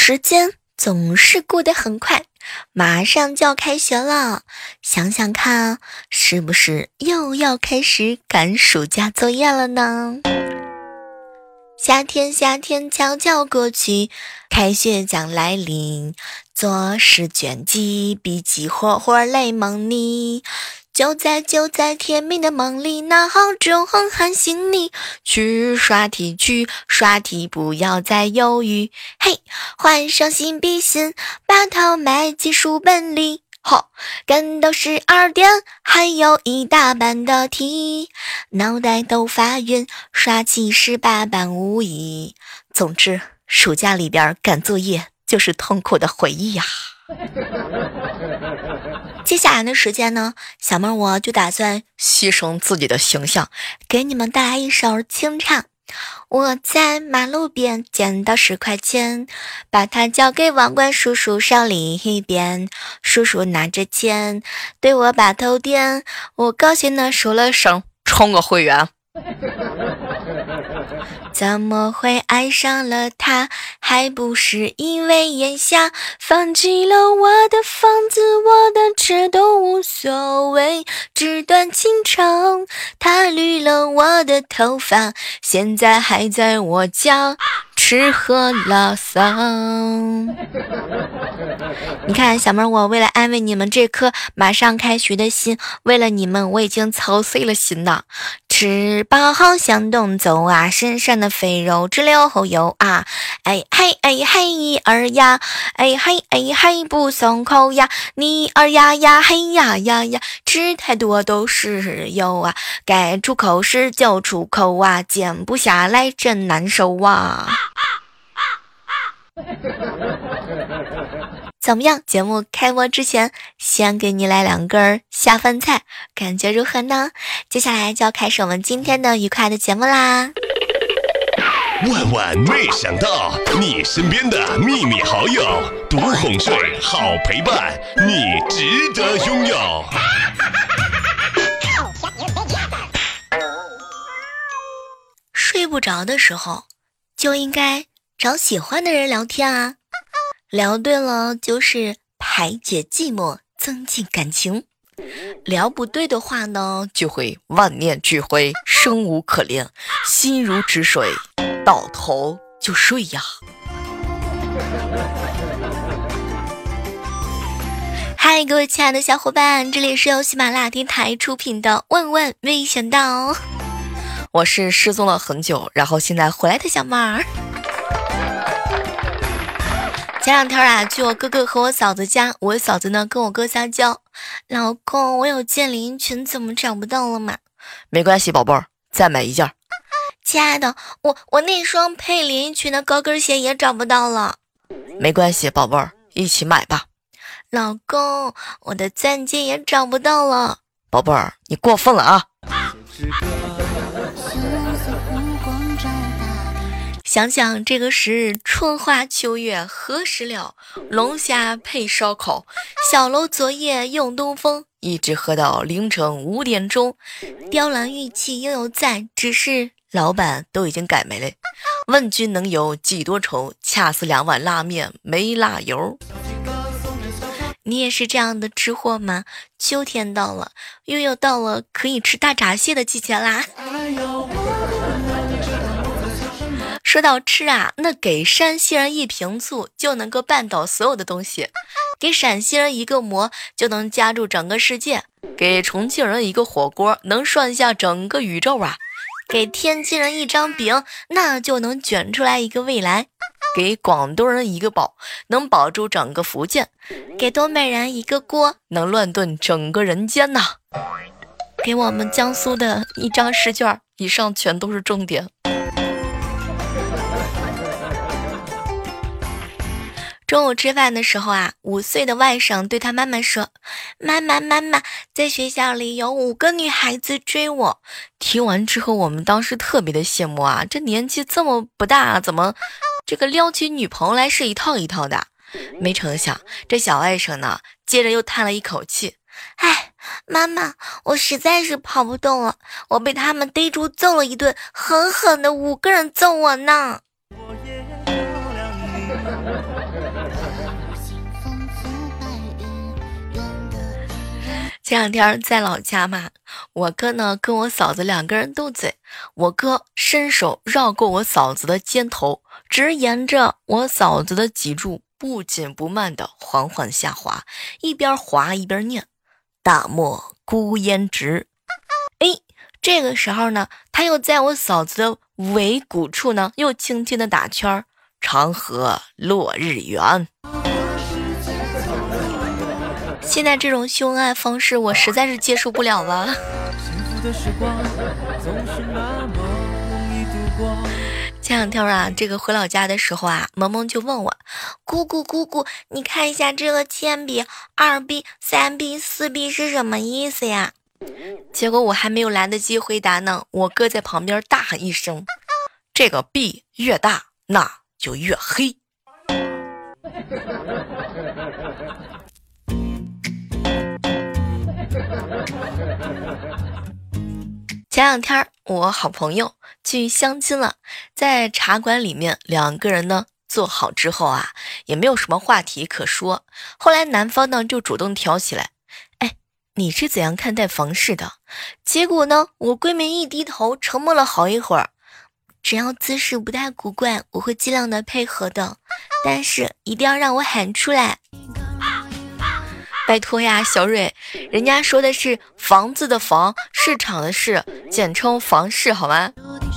时间总是过得很快，马上就要开学了，想想看，是不是又要开始赶暑假作业了呢？夏天，夏天悄悄过去，开学将来临，做试卷记，笔记火火泪梦里。就在甜蜜的梦里，拿好钟喊醒你，去刷题去刷题，不要再犹豫。嘿，换上新笔芯，把它埋进书本里。吼，赶到12点，还有一大半的题，脑袋都发晕，刷起18般武艺。总之，暑假里边赶作业就是痛苦的回忆呀。接下来的时间呢，小妹我就打算牺牲自己的形象，给你们带来一首清唱。我在马路边捡到10块钱，把它交给网管叔叔手里边，叔叔拿着钱对我把头点，我高兴地说了声充个会员。怎么会爱上了他？还不是因为眼下放弃了我的房子，我的车都无所谓，纸短情长。他捋了我的头发，现在还在我家吃喝拉撒。你看小妹，我为了安慰你们这颗马上开学的心，为了你们我已经操碎了心呐。翅膀好向东走啊，身上的肥肉直流后游啊，哎嘿哎嘿一儿呀，哎嘿哎嘿不松口呀，你儿呀呀嘿呀呀呀，吃太多都是油啊，该出口时就出口啊，减不下来真难受啊。怎么样？节目开播之前，先给你来2根下饭菜，感觉如何呢？接下来就要开始我们今天的愉快的节目啦！ 万万没想到，你身边的秘密好友，独哄睡，好陪伴，你值得拥有。 睡不着的时候，就应该找喜欢的人聊天啊。聊对了就是排解寂寞，增进感情。聊不对的话呢，就会万念俱灰，生无可恋，心如止水，倒头就睡呀。嗨，各位亲爱的小伙伴，这里是由喜马拉雅电台出品的万万没想到，我是失踪了很久，然后现在回来的小妹儿。前2天啊，去我哥哥和我嫂子家，我嫂子呢跟我哥撒娇，老公，我有件连衣裙怎么找不到了嘛？没关系，宝贝儿，再买一件。亲爱的，我那双配连衣裙的高跟鞋也找不到了。没关系，宝贝儿，一起买吧。老公，我的钻戒也找不到了。宝贝儿，你过分了啊！想想这个时日，春花秋月何时了？龙虾配烧烤，小楼昨夜用东风，一直喝到凌晨5点钟。雕栏玉砌应犹在，只是老板都已经改没了。问君能有几多愁？恰似2碗拉面没辣油。你也是这样的吃货吗？秋天到了，又到了可以吃大闸蟹的季节啦。说到吃啊，那给山西人1瓶醋就能够绊倒所有的东西，给陕西人1个馍就能夹住整个世界，给重庆人1个火锅能涮下整个宇宙啊，给天津人1张饼那就能卷出来一个未来，给广东人1个煲能保住整个福建，给东北人1个锅能乱炖整个人间呐，给我们江苏的1张试卷，以上全都是重点。中午吃饭的时候啊，5岁的外甥对他妈妈说，妈妈，在学校里有5个女孩子追我。听完之后，我们当时特别的羡慕啊，这年纪这么不大，怎么这个撩起女朋友来是一套一套的。没成想这小外甥呢，接着又叹了一口气，哎，妈妈，我实在是跑不动了，我被他们逮住揍了一顿，狠狠的5个人揍我呢。 前两天在老家嘛，我哥呢跟我嫂子两个人斗嘴，我哥伸手绕过我嫂子的肩头，直沿着我嫂子的脊柱不紧不慢的缓缓下滑，一边滑一边念大漠孤烟直。这个时候呢，他又在我嫂子的尾骨处呢又轻轻的打圈，长河落日圆。现在这种秀恩爱方式我实在是接受不了了。前两天啊，这个回老家的时候啊，萌萌就问我，姑姑，你看一下这个铅笔2B、3B、4B 是什么意思呀？结果我还没有来得及回答呢，我哥在旁边大喊一声，这个 B 越大那就越黑。前两天我好朋友去相亲了，在茶馆里面两个人呢坐好之后啊，也没有什么话题可说。后来男方呢就主动挑起来，你是怎样看待房事的？结果呢，我闺蜜一低头沉默了好一会儿，只要姿势不太古怪，我会尽量的配合的，但是一定要让我喊出来。拜托呀，小蕊，人家说的是房子的房，市场的市，简称房市，好吗？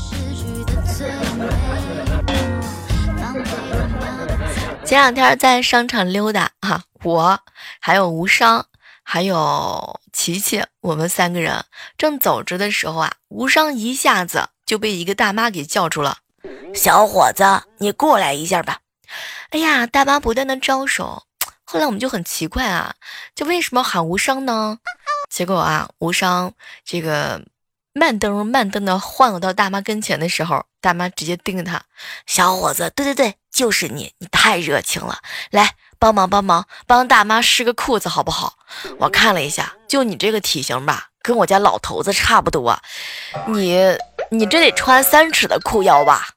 前两天在商场溜达啊，我还有无伤还有琪琪，我们三个人正走着的时候啊，无伤一下子就被一个大妈给叫住了，小伙子，你过来一下吧。哎呀，大妈不断的招手，后来我们就很奇怪啊，就为什么喊无伤呢？结果啊，无伤这个慢蹬的晃到大妈跟前的时候，大妈直接盯着他，小伙子，对，就是你太热情了，来帮忙帮大妈湿个裤子好不好？我看了一下，就你这个体型吧，跟我家老头子差不多，你这得穿3尺的裤腰吧。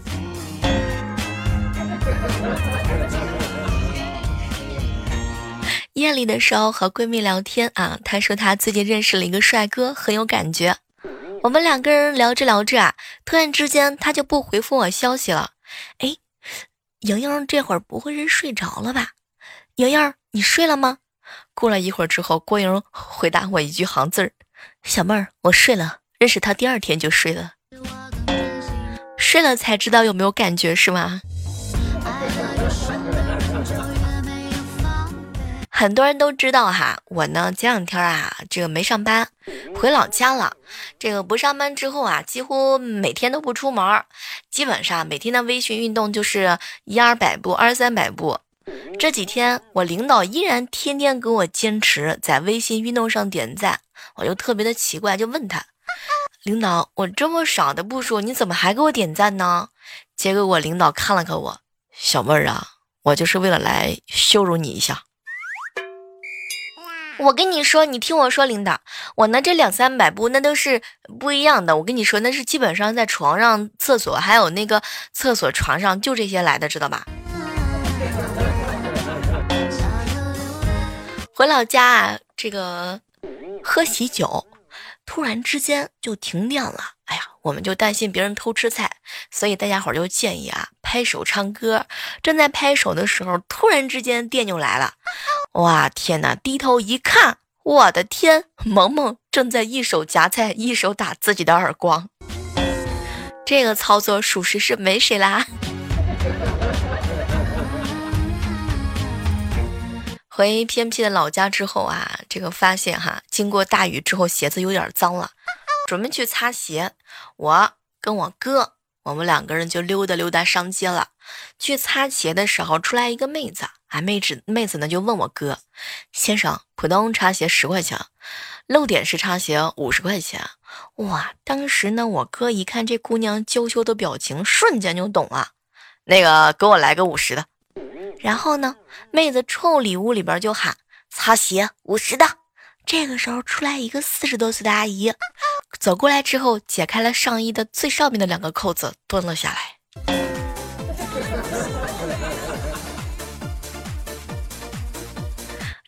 夜里的时候和闺蜜聊天啊，她说她最近认识了一个帅哥，很有感觉。我们两个人聊着啊，突然之间他就不回复我消息了。莹莹这会儿不会是睡着了吧？莹莹，你睡了吗？过了一会儿之后，郭莹回答我一句行字儿：小妹儿，我睡了。认识他第2天就睡了，睡了才知道有没有感觉是吗？很多人都知道哈，我呢前2天啊，这个没上班，回老家了。这个不上班之后啊，几乎每天都不出门，基本上每天的微信运动就是100-200步、200-300步。这几天我领导依然天天给我坚持在微信运动上点赞，我就特别的奇怪，就问他，领导，我这么少的步数，你怎么还给我点赞呢？结果我领导看了看我，小妹儿啊，我就是为了来羞辱你一下。我跟你说，你听我说，领导，我呢这200-300步那都是不一样的。我跟你说，那是基本上在床上、厕所还有那个厕所床上就这些来的，知道吧？回老家啊，这个喝喜酒，突然之间就停电了。哎呀，我们就担心别人偷吃菜，所以大家伙就建议啊，拍手唱歌。正在拍手的时候，突然之间电就来了。哇天哪！低头一看，我的天，萌萌正在一手夹菜，一手打自己的耳光。这个操作属实是没谁啦。回偏僻的老家之后啊，这个发现哈，经过大雨之后鞋子有点脏了，准备去擦鞋。我跟我哥，我们2个人就溜达上街了。去擦鞋的时候，出来一个妹子啊，妹子呢就问我哥，先生，普通擦鞋10块钱，漏点式擦鞋50块钱。哇，当时呢我哥一看这姑娘娇羞的表情，瞬间就懂了，那个给我来个50的。然后呢，妹子臭礼物里边就喊擦鞋50的。这个时候出来一个40多岁的阿姨，走过来之后解开了上衣的最上面的2个扣子，蹲了下来。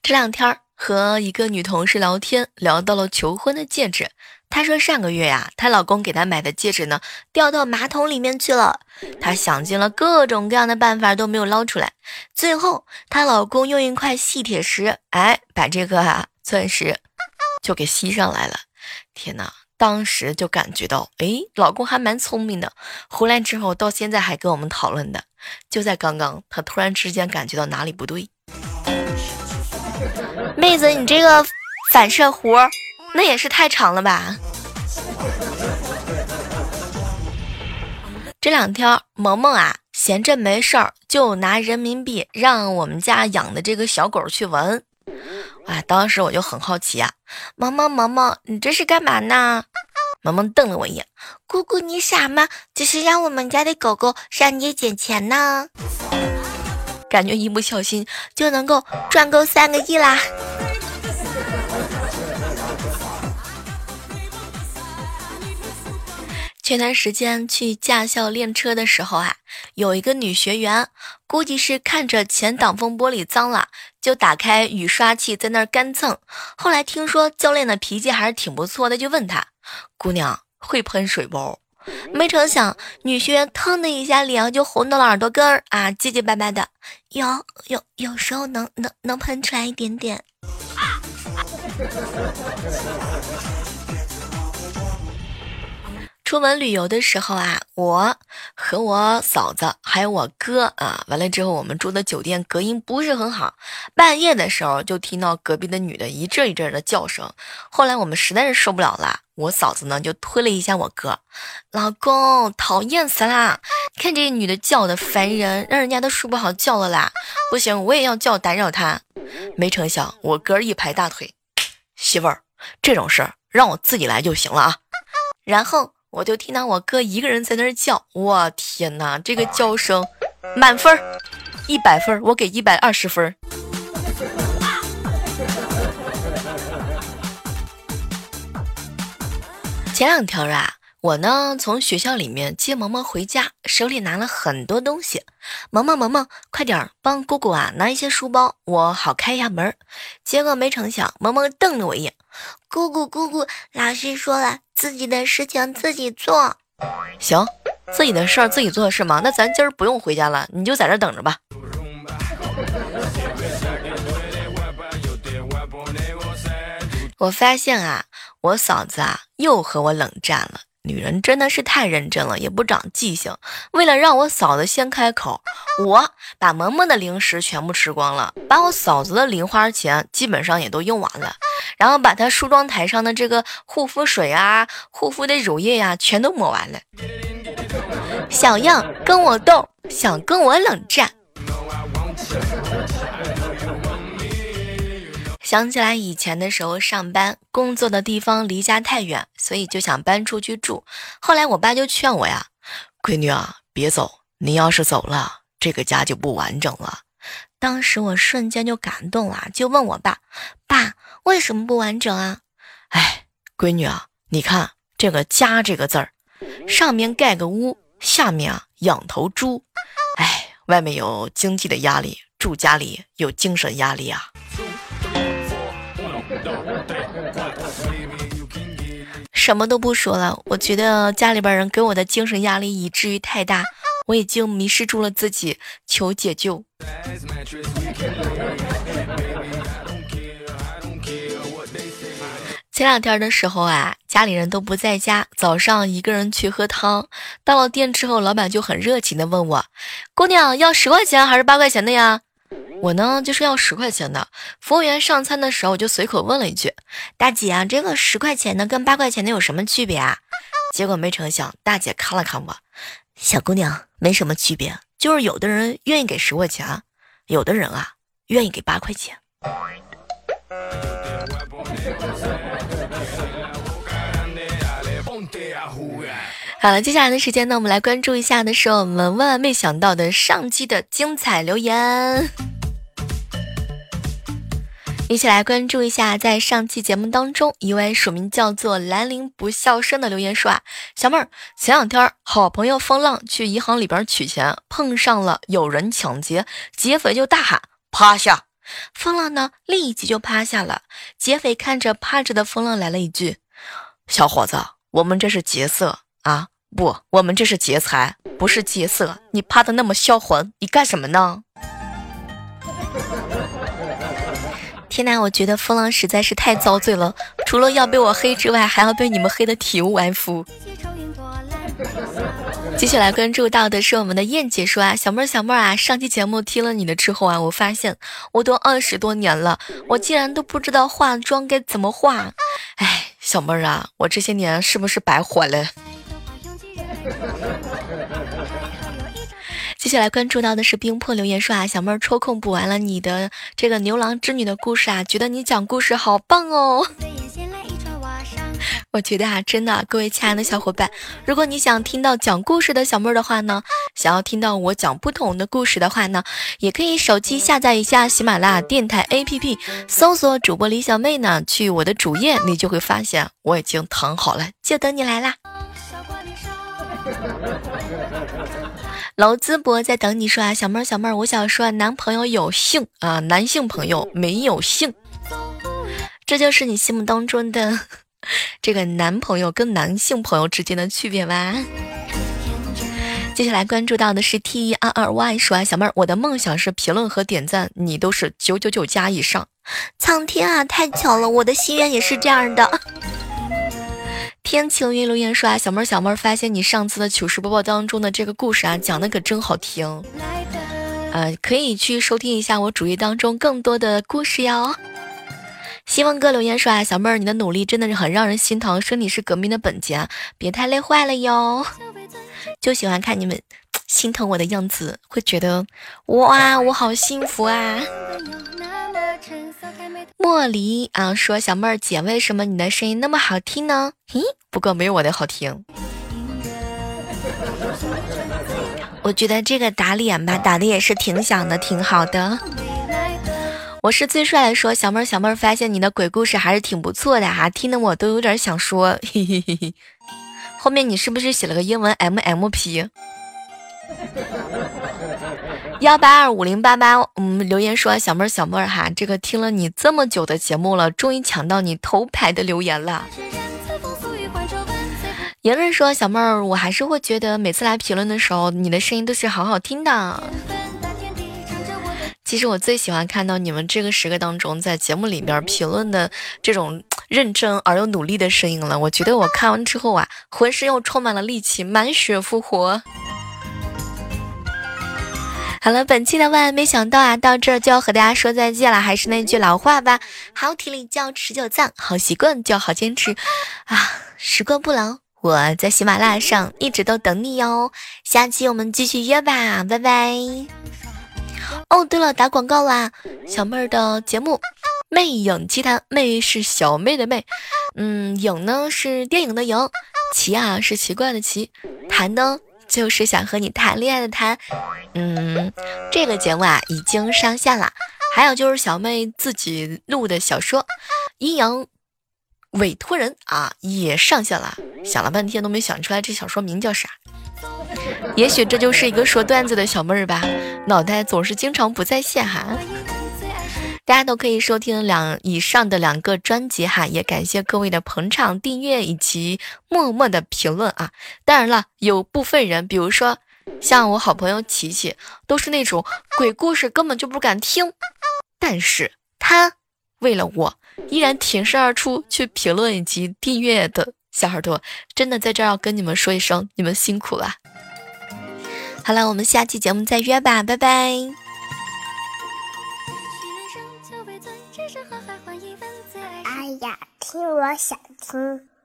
这两天和一个女同事聊天，聊到了求婚的戒指。她说上个月呀，她老公给她买的戒指呢，掉到马桶里面去了。她想尽了各种各样的办法都没有捞出来。最后，她老公用一块细铁石，把这个钻石就给吸上来了。天哪！当时就感觉到，老公还蛮聪明的。回来之后到现在还跟我们讨论的。就在刚刚，他突然之间感觉到哪里不对。妹子，你这个反射弧那也是太长了吧。这两天萌萌啊闲着没事儿，就拿人民币让我们家养的这个小狗去闻。当时我就很好奇啊，萌萌你这是干嘛呢？萌萌瞪了我一眼，姑姑你傻吗？只是让我们家的狗狗让你捡钱呢。感觉一不小心就能够赚够3个亿啦。前段时间去驾校练车的时候有一个女学员，估计是看着前挡风玻璃脏了，就打开雨刷器在那儿干蹭。后来听说教练的脾气还是挺不错的，就问她，姑娘会喷水不？没成想女学员腾的一下脸就红到了耳朵根儿结结巴巴的，有时候能喷出来一点点。出门旅游的时候我和我嫂子还有我哥完了之后我们住的酒店隔音不是很好，半夜的时候就听到隔壁的女的一阵一阵的叫声。后来我们实在是受不了了，我嫂子呢就推了一下我哥，老公讨厌死啦，看这女的叫的烦人，让人家都睡不好觉了啦，不行我也要叫打扰她。没成想我哥一拍大腿，媳妇儿这种事儿让我自己来就行了然后我就听到我哥一个人在那儿叫，我天哪，这个叫声满分100分，我给120分。前两天我呢从学校里面接萌萌回家，手里拿了很多东西。萌萌快点帮姑姑拿一些书包，我好开一下门。结果没成想萌萌瞪了我一眼，姑姑，老师说了自己的事情自己做。行，自己的事儿自己做是吗？那咱今儿不用回家了，你就在这等着吧。我发现我嫂子又和我冷战了。女人真的是太认真了，也不长记性。为了让我嫂子先开口，我把萌萌的零食全部吃光了，把我嫂子的零花钱基本上也都用完了，然后把她梳妆台上的这个护肤水护肤的乳液全都抹完了。小样跟我斗，想跟我冷战。想起来以前的时候上班工作的地方离家太远，所以就想搬出去住。后来我爸就劝我闺女别走，你要是走了这个家就不完整了。当时我瞬间就感动了，就问我爸为什么不完整闺女你看这个家这个字儿，上面盖个屋，下面养头猪。外面有经济的压力，住家里有精神压力什么都不说了，我觉得家里边人给我的精神压力以至于太大，我已经迷失住了自己，求解救。前两天的时候家里人都不在家，早上一个人去喝汤，到了店之后，老板就很热情的问我，姑娘要10块钱还是8块钱的呀？我呢就是要10块钱的。服务员上餐的时候，我就随口问了一句，大姐这个10块钱的跟8块钱的有什么区别结果没成想大姐看了看我，小姑娘没什么区别，就是有的人愿意给10块钱，有的人愿意给8块钱。好了，接下来的时间呢，我们来关注一下的是我们万万没想到的上期的精彩留言。一起来关注一下，在上期节目当中，一位署名叫做兰陵不笑生的留言说小妹儿，前两天好朋友风浪去银行里边取钱，碰上了有人抢劫，劫匪就大喊趴下， 风浪呢立即就趴下了。劫匪看着趴着的风浪来了一句：小伙子，我们这是劫色啊，不，我们这是劫财，不是劫色。你趴得那么销魂，你干什么呢？天哪，我觉得风浪实在是太遭罪了，除了要被我黑之外，还要被你们黑得体无完肤。接下来关注到的是我们的燕姐说啊，小妹儿啊，上期节目听了你的之后啊，我发现我都20多年了，我竟然都不知道化妆该怎么化。哎，小妹儿啊，我这些年是不是白活了？接下来关注到的是冰破留言说啊，小妹儿抽空补完了你的这个牛郎织女的故事啊，觉得你讲故事好棒哦。我觉得啊，真的，各位亲爱的小伙伴，如果你想听到讲故事的小妹儿的话呢，想要听到我讲不同的故事的话呢，也可以手机下载一下喜马拉雅电台 APP， 搜索主播李小妹呢，去我的主页，你就会发现我已经躺好了，就等你来啦。娄淄博在等你说啊，小妹儿，我想说男朋友有性啊，男性朋友没有性，这就是你心目当中的这个男朋友跟男性朋友之间的区别吧。接下来关注到的是 TERRY 说啊，小妹儿，我的梦想是评论和点赞你都是999加以上。苍天啊，太巧了，我的心愿也是这样的。天晴云留言说啊，小妹儿，发现你上次的糗事播报当中的这个故事啊，讲的可真好听。可以去收听一下我主页当中更多的故事哟。希望哥留言说啊，小妹儿，你的努力真的是很让人心疼，说你是革命的本钱，别太累坏了哟。就喜欢看你们心疼我的样子，会觉得哇，我好幸福啊。莫离啊说，小妹儿姐，为什么你的声音那么好听呢？不过没有我的好听。我觉得这个打脸吧，打的也是挺响的，挺好的。我是最帅的说，小妹儿，发现你的鬼故事还是挺不错的哈，听得我都有点想说，嘿嘿嘿嘿。后面你是不是写了个英文 MMP？ 1825088留言说，小妹儿哈，这个听了你这么久的节目了，终于抢到你头牌的留言了。言论说，小妹儿，我还是会觉得每次来评论的时候，你的声音都是好好听的。其实我最喜欢看到你们这个时刻当中在节目里边评论的这种认真而又努力的声音了，我觉得我看完之后啊，浑身又充满了力气，满血复活。好了，本期的万万没想到啊，到这儿就要和大家说再见了。还是那句老话吧，好体力就要持久战，好习惯就要好坚持啊！时光不老，我在喜马拉雅上一直都等你哟。下期我们继续约吧，拜拜。哦，对了，打广告啦！小妹儿的节目《魅影奇谈》，魅是小妹的魅，影呢是电影的影，奇啊是奇怪的奇，谈呢就是想和你谈恋爱的谈。这个节目啊已经上线了，还有就是小妹自己录的小说《阴阳委托人》啊也上线了，想了半天都没想出来这小说名叫啥。也许这就是一个说段子的小妹儿吧，脑袋总是经常不在线哈。大家都可以收听以上的2个专辑哈，也感谢各位的捧场、订阅以及默默的评论啊。当然了，有部分人，比如说像我好朋友琪琪，都是那种鬼故事根本就不敢听，但是他为了我依然挺身而出去评论以及订阅的小耳朵，真的在这儿要跟你们说一声，你们辛苦了。好了，我们下期节目再约吧，拜拜。 哎呀，听我想听。